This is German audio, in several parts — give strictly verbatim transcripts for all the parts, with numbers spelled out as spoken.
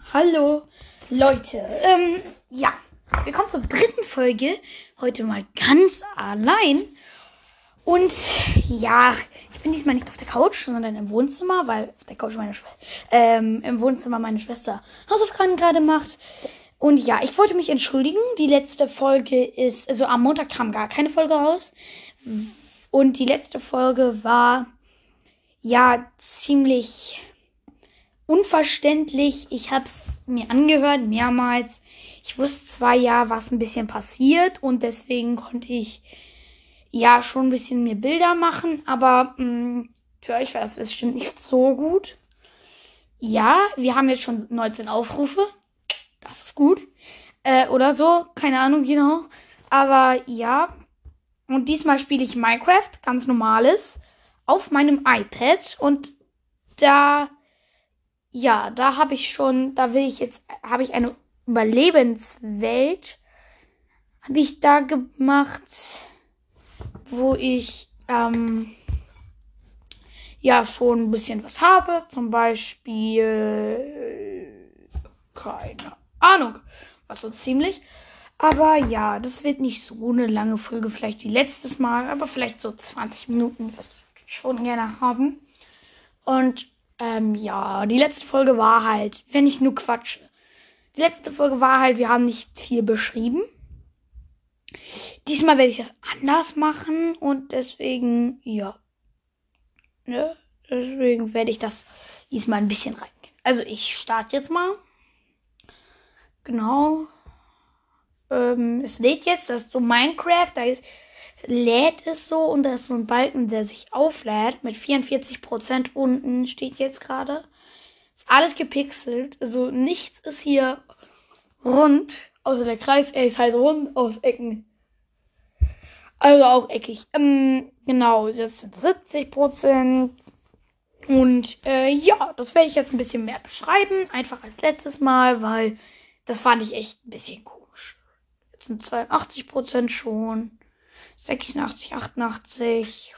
Hallo Leute, ähm, ja, wir kommen zur dritten Folge, heute mal ganz allein und ja, ich bin diesmal nicht auf der Couch, sondern im Wohnzimmer, weil auf der Couch meine Schwester, ähm, im Wohnzimmer meine Schwester Hausaufgaben gerade macht und ja, ich wollte mich entschuldigen, die letzte Folge ist, also am Montag kam gar keine Folge raus und die letzte Folge war ja ziemlich unverständlich. Ich habe es mir angehört, mehrmals. Ich wusste zwar ja, was ein bisschen passiert und deswegen konnte ich ja schon ein bisschen mir Bilder machen, aber mh, für euch war das bestimmt nicht so gut. Ja, wir haben jetzt schon neunzehn Aufrufe. Das ist gut. Äh, oder so, keine Ahnung genau. Aber ja, und diesmal spiele ich Minecraft, ganz normales, auf meinem iPad und da Ja, da habe ich schon, da will ich jetzt, habe ich eine Überlebenswelt, habe ich da gemacht, wo ich, ähm, ja, schon ein bisschen was habe. Zum Beispiel, keine Ahnung, was so ziemlich. Aber ja, das wird nicht so eine lange Folge, vielleicht wie letztes Mal, aber vielleicht so zwanzig Minuten würde ich schon gerne haben. Und ähm, ja, die letzte Folge war halt, wenn ich nur quatsche. Die letzte Folge war halt, wir haben nicht viel beschrieben. Diesmal werde ich das anders machen und deswegen, ja. Ne? Deswegen werde ich das diesmal ein bisschen reingehen. Also ich starte jetzt mal. Genau. Ähm, es lädt jetzt, das ist so Minecraft, da ist, lädt es so und da ist so ein Balken, der sich auflädt mit vierundvierzig Prozent unten, steht jetzt gerade. Ist alles gepixelt, also nichts ist hier rund, außer der Kreis, er ist halt rund aus Ecken. Also auch eckig. Ähm, genau, das sind siebzig Prozent. Und äh, ja, das werde ich jetzt ein bisschen mehr beschreiben. Einfach als letztes Mal, weil das fand ich echt ein bisschen komisch. Jetzt sind zweiundachtzig Prozent schon. sechsundachtzig, achtundachtzig.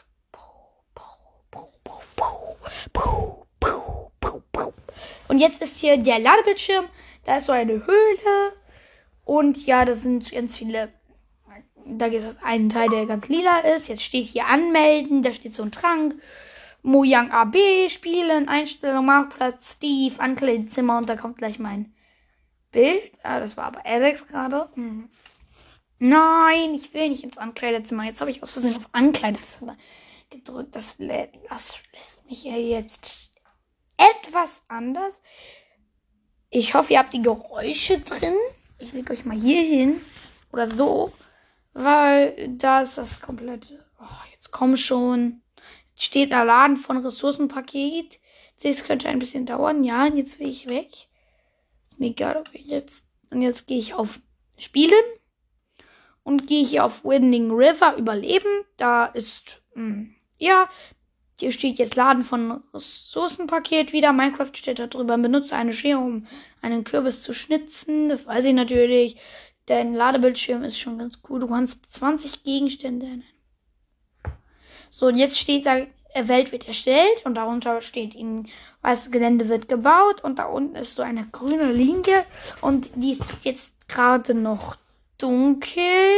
Und jetzt ist hier der Ladebildschirm. Da ist so eine Höhle. Und ja, das sind ganz viele. Da gibt es einen Teil, der ganz lila ist. Jetzt steht hier anmelden. Da steht so ein Trank. Mojang A B spielen. Einstellung, Marktplatz, Steve, Ankleidezimmer. Und da kommt gleich mein Bild. Ah, das war aber Alex gerade. Hm. Nein, ich will nicht ins Ankleidezimmer. Jetzt habe ich aus Versehen auf Ankleidezimmer gedrückt. Das, das lässt mich ja jetzt etwas anders. Ich hoffe, ihr habt die Geräusche drin. Ich lege euch mal hier hin. Oder so. Weil da ist das komplette. Oh, jetzt komm schon. Jetzt steht da Laden von Ressourcenpaket. Das könnte ein bisschen dauern. Ja, jetzt will ich weg. Mir egal, ob ich jetzt. Und jetzt gehe ich auf Spielen. Und gehe hier auf Winding River überleben. Da ist. Mh, ja. Hier steht jetzt Laden von Ressourcenpaket wieder. Minecraft steht da drüber. Benutze eine Schere, um einen Kürbis zu schnitzen. Das weiß ich natürlich. Dein Ladebildschirm ist schon ganz cool. Du kannst zwanzig Gegenstände. So, und jetzt steht da, Welt wird erstellt. Und darunter steht, in weißes Gelände wird gebaut. Und da unten ist so eine grüne Linie. Und die ist jetzt gerade noch dunkel.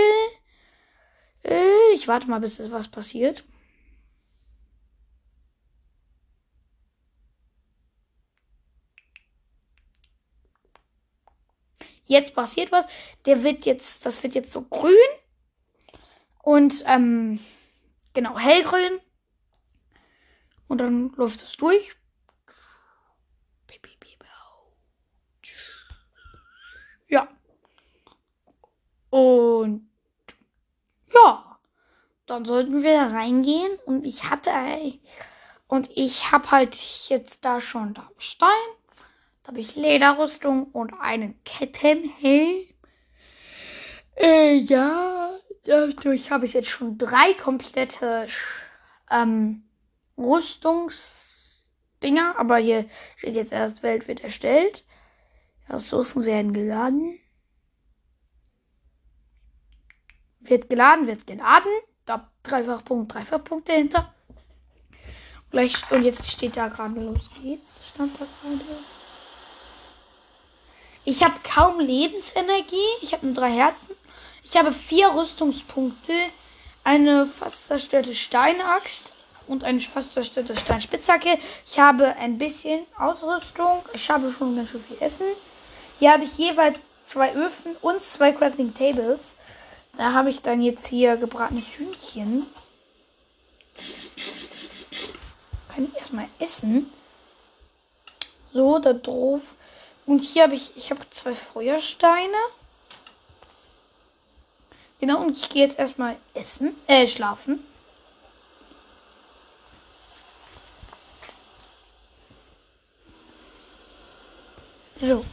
Ich warte mal, bis es was passiert. Jetzt passiert was. Der wird jetzt, das wird jetzt so grün. Und, ähm, genau, hellgrün. Und dann läuft es durch. Ja. Und, ja. Dann sollten wir da reingehen. Und ich hatte, und ich habe halt jetzt da schon da Stein. Da habe ich Lederrüstung und einen Kettenhelm. Äh, ja, dadurch habe ich jetzt schon drei komplette ähm, Rüstungsdinger. Aber hier steht jetzt erst, Welt wird erstellt. Ressourcen werden geladen. Wird geladen, wird geladen. Da Dreifachpunkt, Dreifachpunkt dahinter. Gleich, und jetzt steht da gerade, los geht's. Stand da gerade. Ich habe kaum Lebensenergie. Ich habe nur drei Herzen. Ich habe vier Rüstungspunkte. Eine fast zerstörte Steinaxt und eine fast zerstörte Steinspitzhacke. Ich habe ein bisschen Ausrüstung. Ich habe schon ganz schön viel Essen. Hier habe ich jeweils zwei Öfen und zwei Crafting Tables. Da habe ich dann jetzt hier gebratenes Hühnchen. Kann ich erstmal essen. So, da drauf. Und hier habe ich, ich habe zwei Feuersteine. Genau, und ich gehe jetzt erstmal essen, äh, schlafen. So.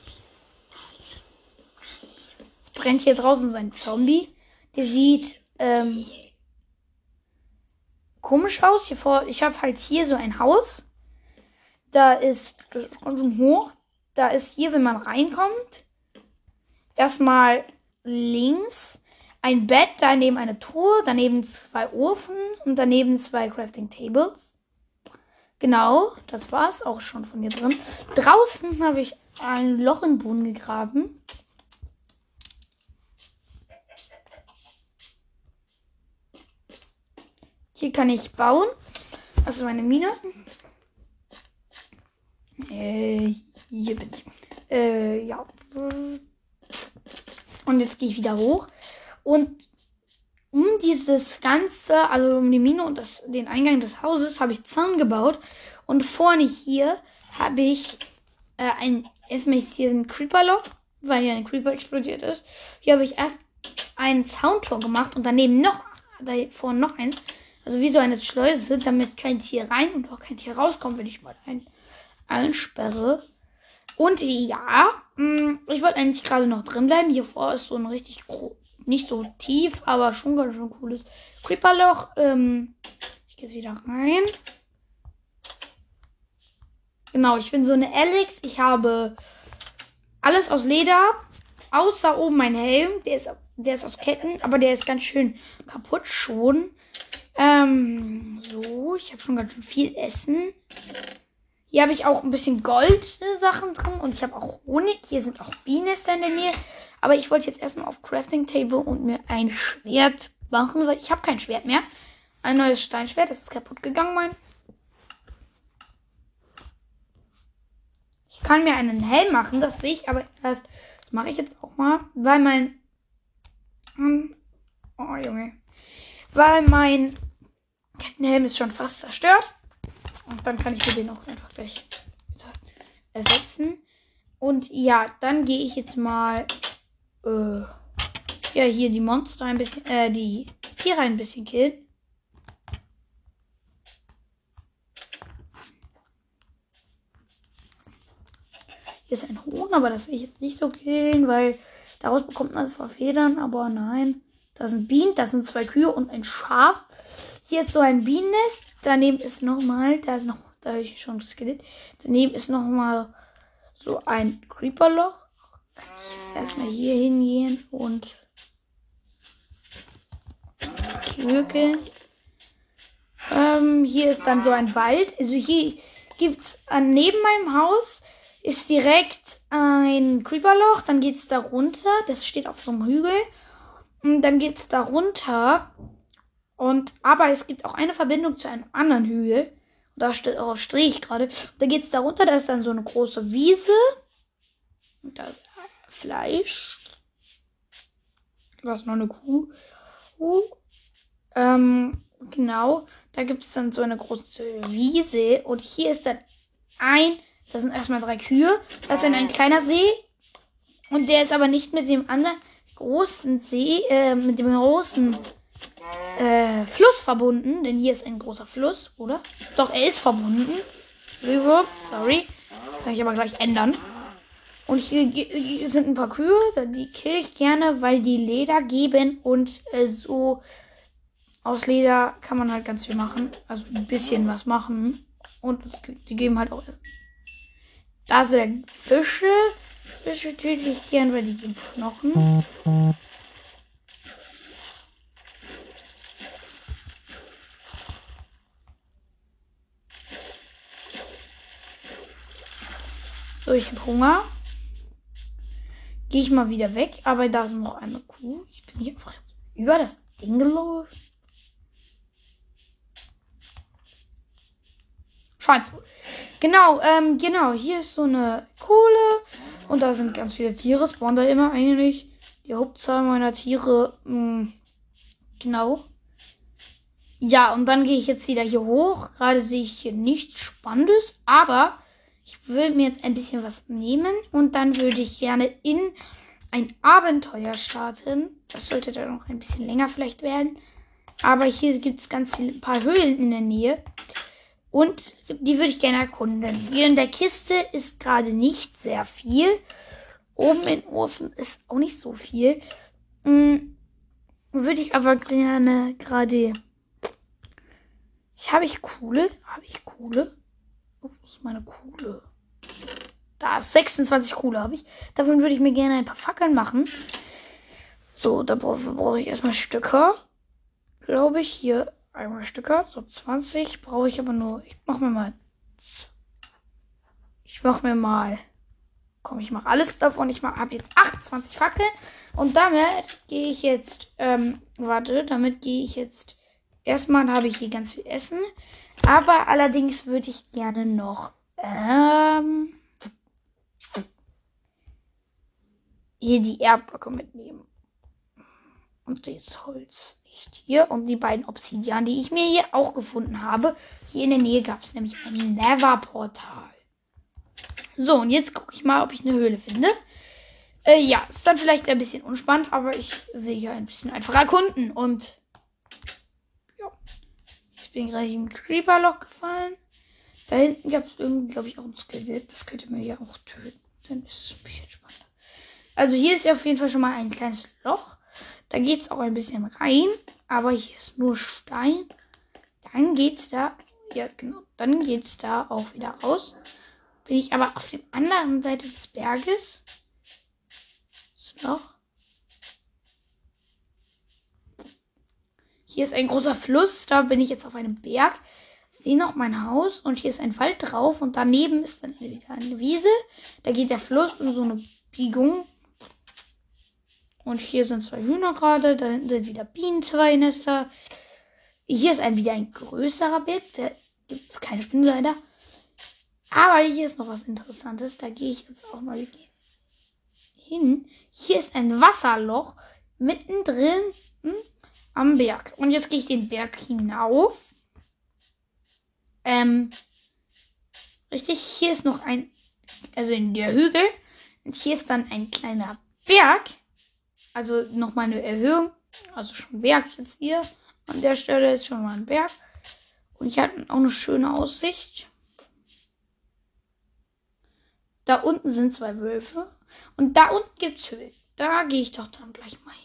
Jetzt brennt hier draußen so ein Zombie. Der sieht, ähm, komisch aus. Hier vor, ich habe halt hier so ein Haus. Da ist, das ist ganz schön hoch. Da ist hier, wenn man reinkommt, erstmal links ein Bett, daneben eine Truhe, daneben zwei Ofen und daneben zwei Crafting Tables. Genau, das war's auch schon von hier drin. Draußen habe ich ein Loch im Boden gegraben. Hier kann ich bauen. Also meine Mine. Äh, hier bin ich. Äh, ja. Und jetzt gehe ich wieder hoch. Und um dieses Ganze, also um die Mine und das, den Eingang des Hauses, habe ich Zaun gebaut. Und vorne hier habe ich äh, ein, erstmal ist hier ein Creeper-Loch, weil hier ein Creeper explodiert ist. Hier habe ich erst ein Zauntor gemacht und daneben noch, da vorne noch eins. Also wie so eine Schleuse, damit kein Tier rein und auch kein Tier rauskommt, wenn ich mal ein, einsperre. Und ja, mh, ich wollte eigentlich gerade noch drin bleiben. Hier vor ist so ein richtig, nicht so tief, aber schon ganz schön cooles Creeperloch. Ähm, ich gehe jetzt wieder rein. Genau, ich bin so eine Alex. Ich habe alles aus Leder, außer oben mein Helm. Der ist, der ist aus Ketten, aber der ist ganz schön kaputt schon. Ähm, so, ich habe schon ganz schön viel Essen. Hier habe ich auch ein bisschen Gold-Sachen drin und ich habe auch Honig. Hier sind auch Bienennester in der Nähe. Aber ich wollte jetzt erstmal auf Crafting Table und mir ein Schwert machen, weil ich habe kein Schwert mehr. Ein neues Steinschwert, das ist kaputt gegangen, mein. Ich kann mir einen Helm machen, das will ich aber erst. Das mache ich jetzt auch mal, weil mein... Oh, Junge. Weil mein Kettenhelm ist schon fast zerstört. Und dann kann ich mir den auch einfach gleich wieder ersetzen. Und ja, dann gehe ich jetzt mal äh, ja, hier die Monster ein bisschen, äh, die Tiere ein bisschen killen. Hier ist ein Huhn, aber das will ich jetzt nicht so killen, weil daraus bekommt man zwar Federn, aber nein. Da sind Bienen, da sind zwei Kühe und ein Schaf. Hier ist so ein Bienennest. Daneben ist nochmal, da ist noch, da habe ich schon Skelett. Daneben ist nochmal so ein Creeperloch. Kann ich jetzt erstmal hier hingehen und Küken. Ähm, hier ist dann so ein Wald. Also hier gibt's äh, neben meinem Haus ist direkt ein Creeperloch. Dann geht's da runter. Das steht auf so einem Hügel. Und dann geht's da runter. Und, aber es gibt auch eine Verbindung zu einem anderen Hügel. Da stehe ich gerade. Da geht es da runter. Da ist dann so eine große Wiese. Und da ist Fleisch. Da ist noch eine Kuh. Uh, ähm, genau. Da gibt es dann so eine große Wiese. Und hier ist dann ein, das sind erstmal drei Kühe. Das ist dann ein kleiner See. Und der ist aber nicht mit dem anderen großen See, äh, mit dem großen Äh, Fluss verbunden, denn hier ist ein großer Fluss, oder? Doch, er ist verbunden. Entschuldigung, sorry. Kann ich aber gleich ändern. Und hier, hier sind ein paar Kühe, die kill ich gerne, weil die Leder geben und äh, so aus Leder kann man halt ganz viel machen. Also ein bisschen was machen. Und die geben halt auch Essen. Da sind Fische. Fische töte ich gern, weil die geben Knochen. So, ich habe Hunger. gehe ich mal wieder weg. Aber da ist noch eine Kuh. Ich bin hier einfach über das Ding gelaufen. Schweinswohl. Genau, ähm, genau. Hier ist so eine Kohle. Und da sind ganz viele Tiere. Spawnen da immer eigentlich. Die Hauptzahl meiner Tiere. Mh, genau. Ja, und dann gehe ich jetzt wieder hier hoch. Gerade sehe ich hier nichts Spannendes. Aber ich will mir jetzt ein bisschen was nehmen. Und dann würde ich gerne in ein Abenteuer starten. Das sollte dann noch ein bisschen länger vielleicht werden. Aber hier gibt es ganz viele, ein paar Höhlen in der Nähe. Und die würde ich gerne erkunden. Hier in der Kiste ist gerade nicht sehr viel. Oben im Ofen ist auch nicht so viel. Hm, würde ich aber gerne gerade... Ich habe ich Kohle? Habe ich Kohle? Wo ist meine Kohle? Da ist sechsundzwanzig Kohle habe ich. Davon würde ich mir gerne ein paar Fackeln machen. So, da brauche brauch ich erstmal Stöcker. Glaube ich. Hier einmal Stöcker. So zwanzig brauche ich aber nur. Ich mache mir mal. Ich mache mir mal. Komm, ich mache alles davon. Ich habe jetzt achtundzwanzig Fackeln. Und damit gehe ich jetzt. Ähm, warte, damit gehe ich jetzt. Erstmal habe ich hier ganz viel Essen. Aber allerdings würde ich gerne noch. Ähm, hier die Erdblöcke mitnehmen. Und das Holz nicht hier. Und die beiden Obsidian, die ich mir hier auch gefunden habe. Hier in der Nähe gab es nämlich ein Nether-Portal. So, und jetzt gucke ich mal, ob ich eine Höhle finde. Äh, ja, ist dann vielleicht ein bisschen unspannend, aber ich will ja ein bisschen einfach erkunden. Und ja, ich bin gerade im Creeper-Loch gefallen. Da hinten gab es irgendwie, glaube ich, auch ein Skelett. Das könnte man ja auch töten. Dann ist es ein bisschen spannender. Also hier ist ja auf jeden Fall schon mal ein kleines Loch. Da geht es auch ein bisschen rein. Aber hier ist nur Stein. Dann geht's da. Ja, genau. Dann geht's da auch wieder raus. Bin ich aber auf der anderen Seite des Berges. Das Loch. Hier ist ein großer Fluss. Da bin ich jetzt auf einem Berg. Sehe noch mein Haus. Und hier ist ein Wald drauf. Und daneben ist dann wieder eine Wiese. Da geht der Fluss in so eine Biegung. Und hier sind zwei Hühner gerade. Da hinten sind wieder Bienen, zwei Nester. Hier ist ein, wieder ein größerer Berg. Da gibt es keine Spinnen leider. Aber hier ist noch was Interessantes. Da gehe ich jetzt auch mal hin. Hier ist ein Wasserloch mittendrin hm, am Berg. Und jetzt gehe ich den Berg hinauf. Ähm, richtig, hier ist noch ein, also in der Hügel. Und hier ist dann ein kleiner Berg. Also nochmal eine Erhöhung. Also schon Berg jetzt hier. An der Stelle ist schon mal ein Berg. Und ich hatte auch eine schöne Aussicht. Da unten sind zwei Wölfe. Und da unten gibt es Höhlen. Da gehe ich doch dann gleich mal hin.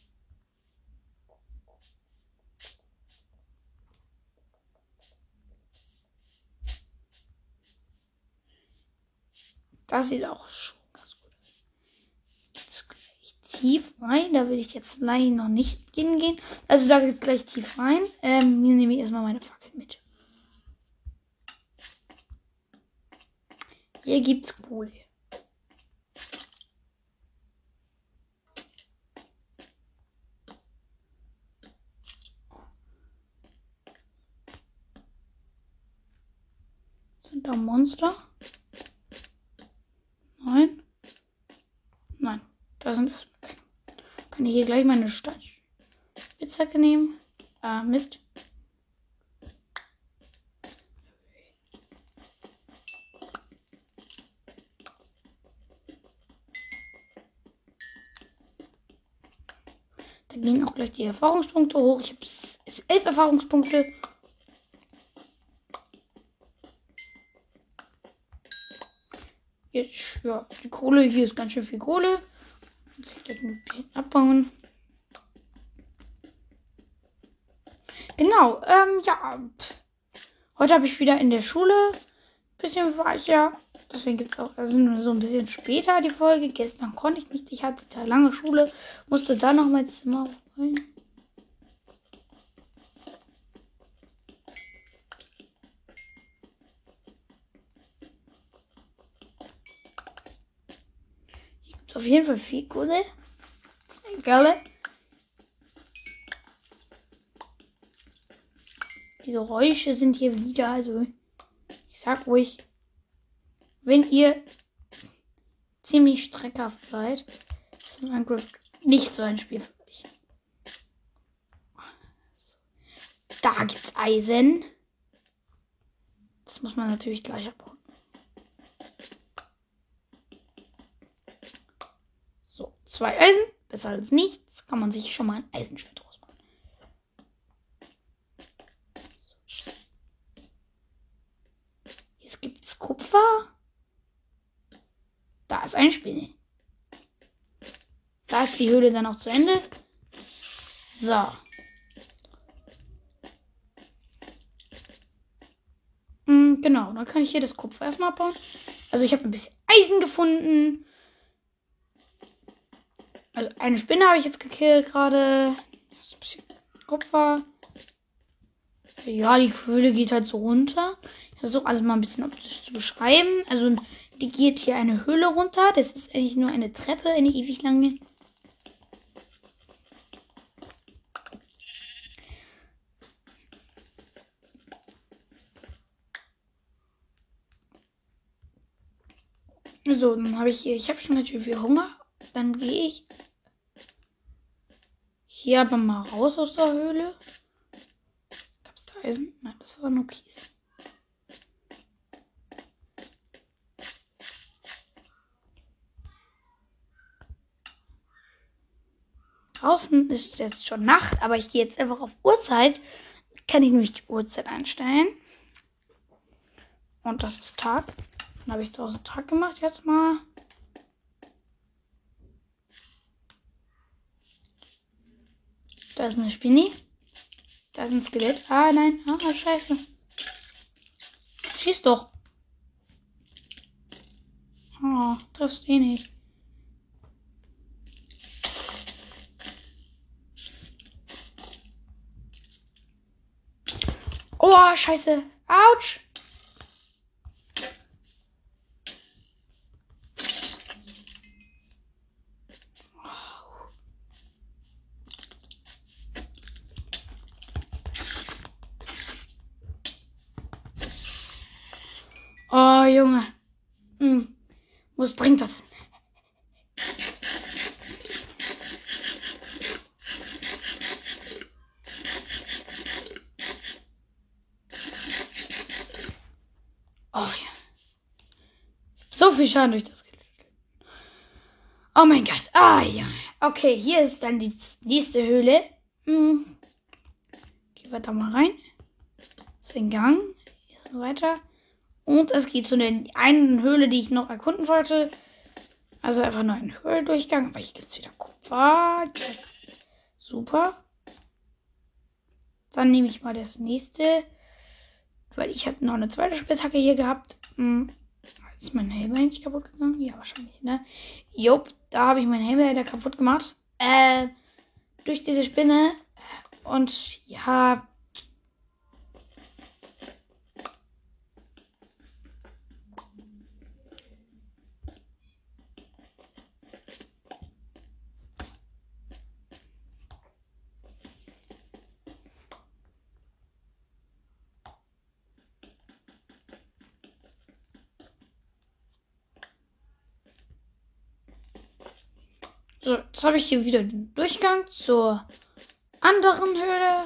Das sieht auch schon ganz gut aus. Jetzt gleich tief rein. Da will ich jetzt gleich noch nicht hingehen. Also da geht es gleich tief rein. Ähm, hier nehme ich erstmal meine Fackel mit. Hier gibt es Kohle. Sind da Monster? Nein. Nein. Da sind erstmal keine. Kann ich hier gleich meine Spitzhacke nehmen? Ah, Mist. Da gehen auch gleich die Erfahrungspunkte hoch. Ich habe elf Erfahrungspunkte. Jetzt, ja, die Kohle, hier ist ganz schön viel Kohle. Muss ich gleich ein bisschen abbauen. Genau, ähm, ja. Heute habe ich wieder in der Schule. Ein bisschen war ich ja. Deswegen gibt es auch also nur so ein bisschen später die Folge. Gestern konnte ich nicht. Ich hatte da lange Schule. Musste da noch mein Zimmer aufräumen. Hier gibt Ist auf jeden Fall viel Kohle. Geil. Die Geräusche sind hier wieder, also ich sag ruhig, wenn ihr ziemlich streckhaft seid, ist Minecraft nicht so ein Spiel für euch. Da gibt's Eisen. Das muss man natürlich gleich abbauen. So, zwei Eisen, besser als nichts, kann man sich schon mal ein Eisenschwert rausbauen. Jetzt gibt's Kupfer. Da ist ein Spinne. Da ist die Höhle dann auch zu Ende. So. Hm, genau, dann kann ich hier das Kupfer erstmal abbauen. Also ich habe ein bisschen Eisen gefunden. Also eine Spinne habe ich jetzt gekillt gerade. Das ist ein bisschen Kupfer. Ja, die Höhle geht halt so runter. Ich versuche alles mal ein bisschen optisch zu beschreiben. Also die geht hier eine Höhle runter. Das ist eigentlich nur eine Treppe, eine ewig lange. So, dann habe ich hier, ich habe schon ganz schön viel Hunger. Dann gehe ich hier aber mal raus aus der Höhle. Gab es da Eisen? Nein, das war nur Kies. Draußen ist jetzt schon Nacht, aber ich gehe jetzt einfach auf Uhrzeit. Kann ich nämlich die Uhrzeit einstellen. Und das ist Tag. Dann habe ich draußen Tag gemacht jetzt mal. Da ist eine Spinne. Da ist ein Skelett. Ah, nein. Ah, scheiße. Schieß doch. Oh, triffst eh nicht. Oh, scheiße. Autsch. Oh, Junge. Hm. Muss dringend was. Oh ja. So viel Schaden durch das Skelett. Oh mein Gott. Ah ja. Okay, hier ist dann die nächste Höhle. Hm. Gehen wir da mal rein. Ist ein Gang. Hier ist weiter. Und es geht zu der einen Höhle, die ich noch erkunden wollte. Also einfach nur ein Höhlendurchgang. Aber hier gibt es wieder Kupfer. Das ist super. Dann nehme ich mal das nächste. Weil ich habe noch eine zweite Spitzhacke hier gehabt. Hm. Ist mein Helm eigentlich kaputt gegangen? Ja, wahrscheinlich, ne? Jupp, da habe ich meinen Helm leider kaputt gemacht. Äh, durch diese Spinne. Und ja. So, jetzt habe ich hier wieder den Durchgang zur anderen Höhle.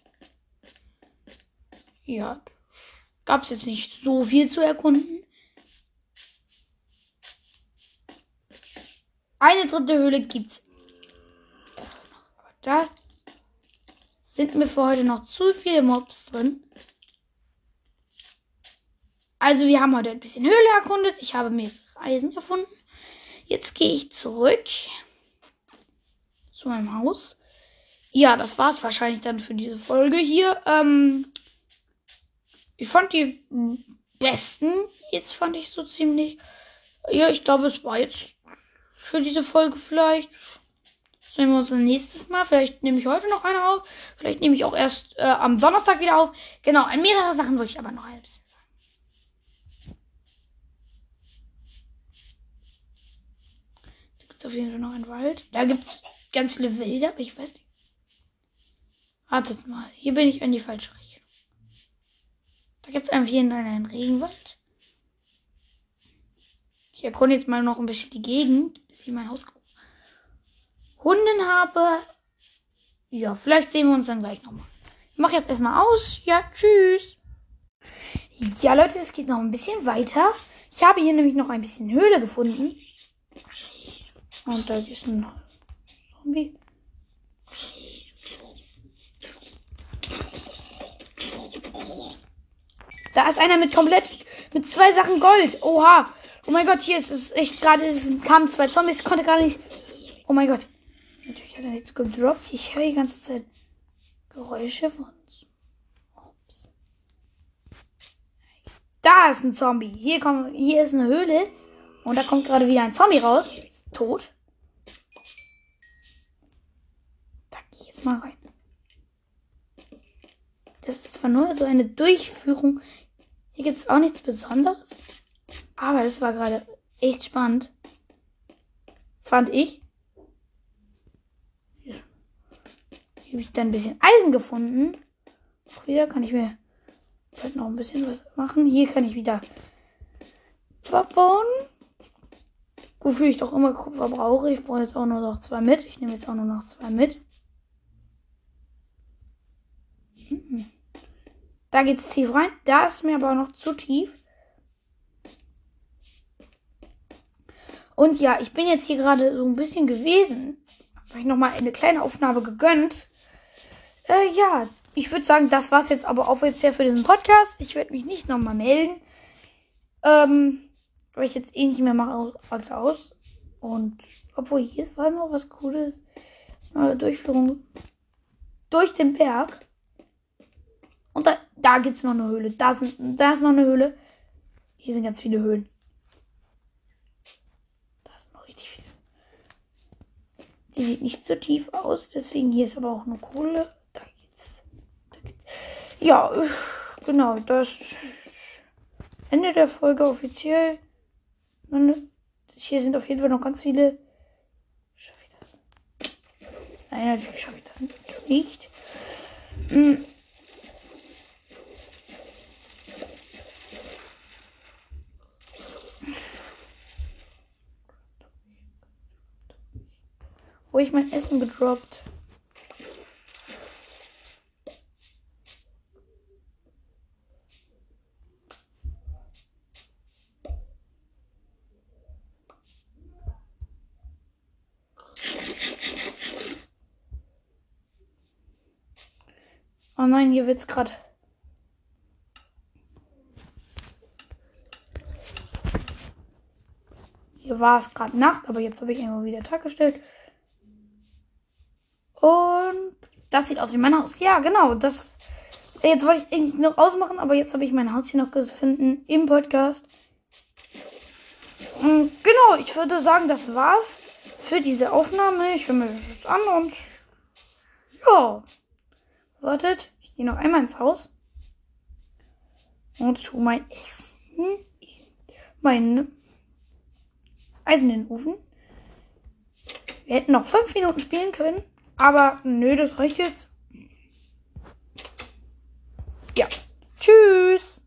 Ja, gab es jetzt nicht so viel zu erkunden. Eine dritte Höhle gibt's. Aber da sind mir für heute noch zu viele Mobs drin. Also wir haben heute ein bisschen Höhle erkundet. Ich habe mehrere Eisen gefunden. Jetzt gehe ich zurück zu meinem Haus. Ja, das war's wahrscheinlich dann für diese Folge hier. Ähm, ich fand die besten. Jetzt fand ich so ziemlich. Ja, ich glaube, es war jetzt für diese Folge vielleicht. Sehen wir uns dann nächstes Mal. Vielleicht nehme ich heute noch eine auf. Vielleicht nehme ich auch erst äh, am Donnerstag wieder auf. Genau, an mehrere Sachen wollte ich aber noch ein bisschen sagen. gibt es auf jeden Fall noch einen Wald. Da gibt es ganz viele Wälder, aber ich weiß nicht. Wartet mal. Hier bin ich in die falsche Richtung. Da gibt es einfach hier einen Regenwald. Ich erkunde jetzt mal noch ein bisschen die Gegend, bis ich mein Haus gefunden habe. Ja, vielleicht sehen wir uns dann gleich nochmal. Ich mache jetzt erstmal aus. Ja, tschüss. Ja, Leute, es geht noch ein bisschen weiter. Ich habe hier nämlich noch ein bisschen Höhle gefunden. Und da ist ein Zombie. Da ist einer mit komplett, mit zwei Sachen Gold. Oha. Oh mein Gott, hier ist es echt gerade, es kamen zwei Zombies, konnte gerade nicht. Oh mein Gott. Natürlich hat er nichts gedroppt. Ich höre die ganze Zeit Geräusche von. Ups. Da ist ein Zombie. Hier, kommt, hier ist eine Höhle. Und da kommt gerade wieder ein Zombie raus. Tot. Da gehe ich jetzt mal rein. Das ist zwar nur so eine Durchführung. Hier gibt es auch nichts Besonderes. Aber das war gerade echt spannend. Fand ich. Hier habe ich dann ein bisschen Eisen gefunden. Auch wieder kann ich mir vielleicht noch ein bisschen was machen. Hier kann ich wieder verbauen. Wofür ich doch immer Kupfer brauche. Ich brauche jetzt auch nur noch zwei mit. Ich nehme jetzt auch nur noch zwei mit. Hm. Da geht es tief rein. Da ist mir aber noch zu tief. Und ja, ich bin jetzt hier gerade so ein bisschen gewesen. Habe ich nochmal eine kleine Aufnahme gegönnt. Äh, ja, ich würde sagen, das war's jetzt aber offiziell für diesen Podcast. Ich werde mich nicht nochmal melden. Ähm, weil ich jetzt eh nicht mehr mache als aus. Und obwohl hier war noch was Cooles. Das ist eine Durchführung durch den Berg. Und da, da gibt es noch eine Höhle. Da, sind, da ist noch eine Höhle. Hier sind ganz viele Höhlen. Da sind noch richtig viele. Die sieht nicht so tief aus. Deswegen hier ist aber auch eine Kohle. Da geht's. Da geht's. Ja, genau. Das Ende der Folge offiziell. Hier sind auf jeden Fall noch ganz viele. Schaffe ich das? Nein, natürlich schaffe ich das nicht. Hm. Wo ich mein Essen gedroppt. Oh nein, hier wird's gerade. Hier war es gerade Nacht, aber jetzt habe ich immer wieder Tag gestellt. Und das sieht aus wie mein Haus. Ja, genau. Das. Jetzt wollte ich eigentlich noch ausmachen, aber jetzt habe ich mein Haus hier noch gefunden im Podcast. Und genau, ich würde sagen, das war's für diese Aufnahme. Ich höre mir das jetzt an und ja. Wartet, ich gehe noch einmal ins Haus und tue mein Essen, mein Eisen in den Ofen. Wir hätten noch fünf Minuten spielen können, aber nö, das reicht jetzt. Ja, tschüss.